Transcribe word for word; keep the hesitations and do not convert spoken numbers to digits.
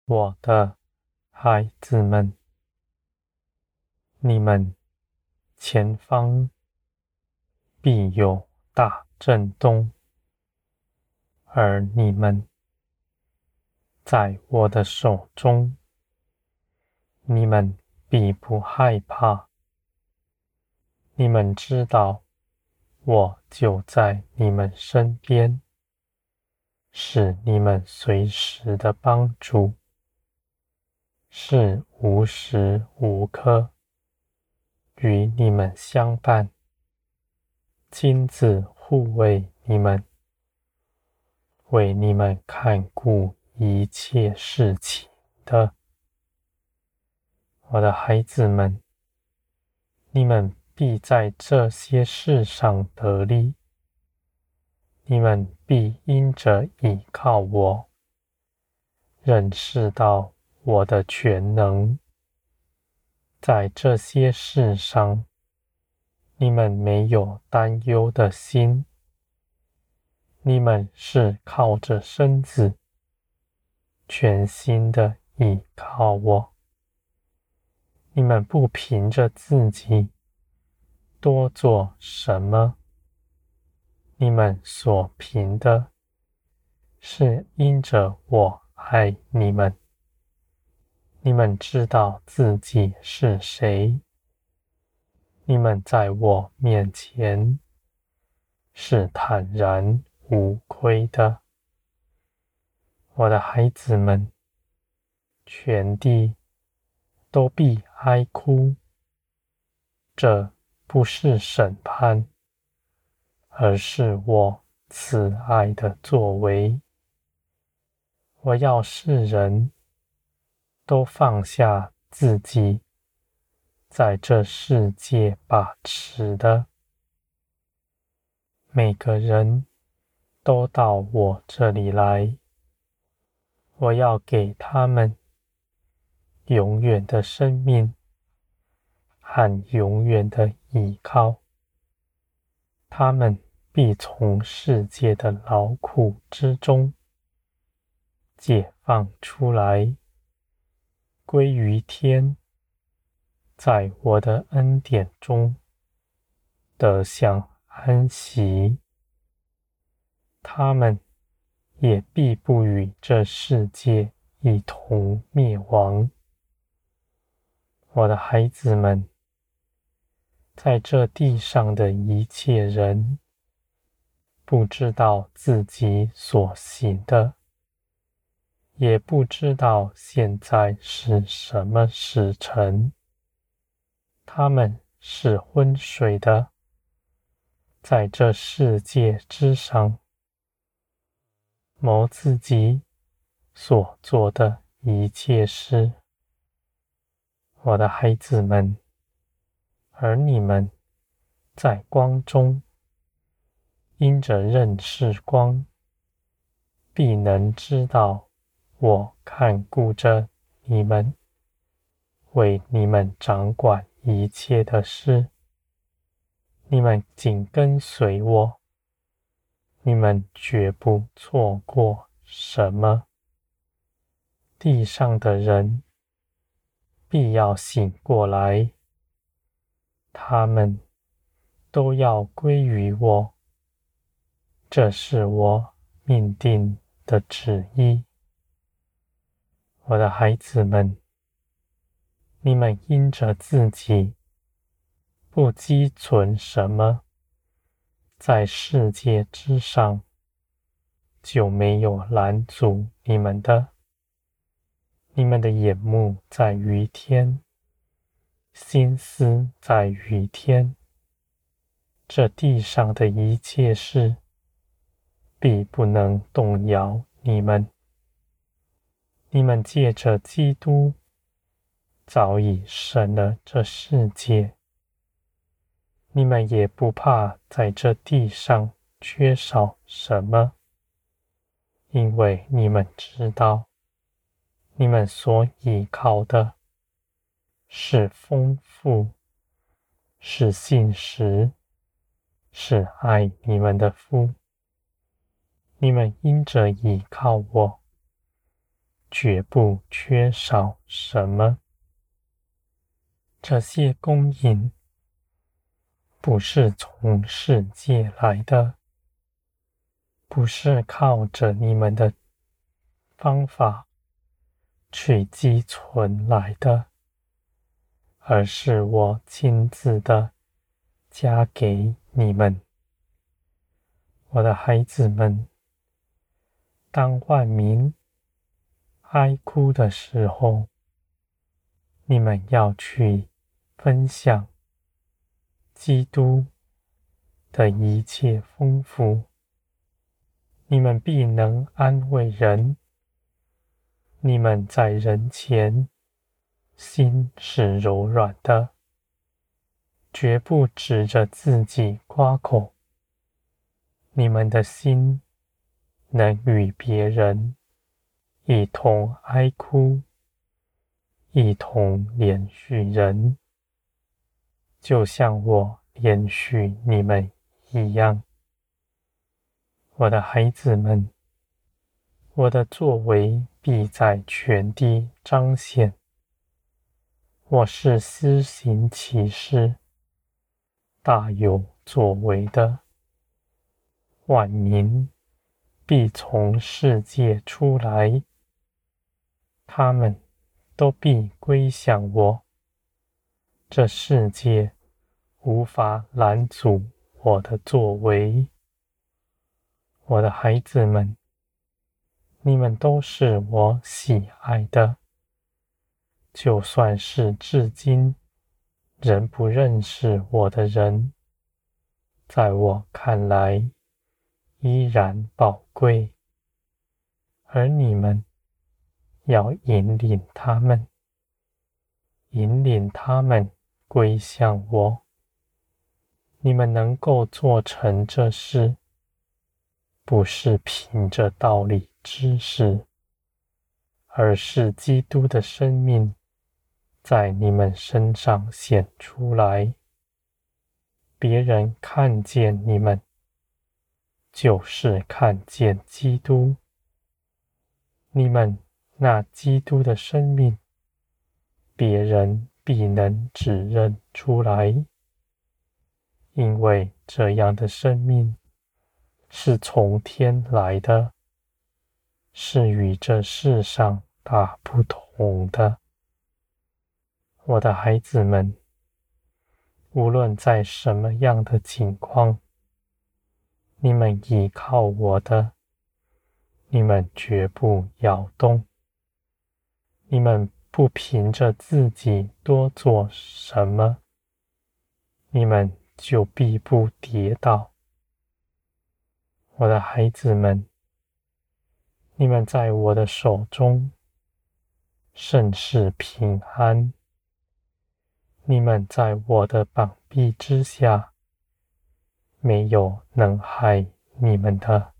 我的孩子们，你们前方必有大震动，而你们在我的手中，你们必不害怕。你们知道，我就在你们身边，是你们随时的帮助，是无时无刻与你们相伴，亲自护卫你们，为你们看顾一切事情的。我的孩子们，你们必在这些事上得力，你们必因着倚靠我，认识到我的全能。在这些事上，你们没有担忧的心，你们是靠着身子，全心的倚靠我。你们不凭着自己多做什么，你们所凭的是因着我爱你们。你们知道自己是谁，你们在我面前是坦然无愧的。我的孩子们，全地都必哀哭，这不是审判，而是我慈爱的作为。我要世人都放下自己在这世界把持的，每个人都到我这里来，我要给他们永远的生命和永远的依靠，他们必从世界的劳苦之中解放出来，归于天，在我的恩典中得享安息。他们也必不与这世界一同灭亡。我的孩子们，在这地上的一切人，不知道自己所行的，也不知道现在是什么时辰，他们是昏睡的，在这世界之上，谋自己所做的一切事。我的孩子们，而你们在光中，因着认识光，必能知道我看顾着你们，为你们掌管一切的事。你们紧跟随我，你们绝不错过什么。地上的人必要醒过来，他们都要归于我，这是我命定的旨意。我的孩子们，你们因着自己不积存什么，在世界之上就没有拦阻你们的。你们的眼目在于天，心思在于天，这地上的一切事必不能动摇你们。你们借着基督早已胜了这世界，你们也不怕在这地上缺少什么，因为你们知道，你们所依靠的是丰富，是信实，是爱你们的父。你们因着依靠我， 绝不缺少什么。这些供应不是从世界来的，不是靠着你们的方法去积存来的，而是我亲自的加给你们。我的孩子们，当万民哀哭的时候，你们要去分享基督的一切丰富，你们必能安慰人。你们在人前心是柔软的，绝不指着自己夸口。你们的心能与别人一同哀哭，一同连续人，就像我连续你们一样。我的孩子们，我的作为必在全地彰显。我是施行奇事、大有作为的，万民必从世界出来，他们都必归向我。这世界无法拦阻我的作为。我的孩子们，你们都是我喜爱的，就算是至今仍不认识我的人，在我看来依然宝贵。而你们要引领他们，引领他们归向我。你们能够做成这事，不是凭着道理知识，而是基督的生命在你们身上显出来。别人看见你们，就是看见基督。你们那基督的生命，别人必能指认出来，因为这样的生命是从天来的，是与这世上大不同的。我的孩子们，无论在什么样的情况，你们依靠我的，你们绝不摇动。你们不凭着自己多做什么，你们就必不跌倒。我的孩子们，你们在我的手中甚是平安，你们在我的膀臂之下，没有能害你们的。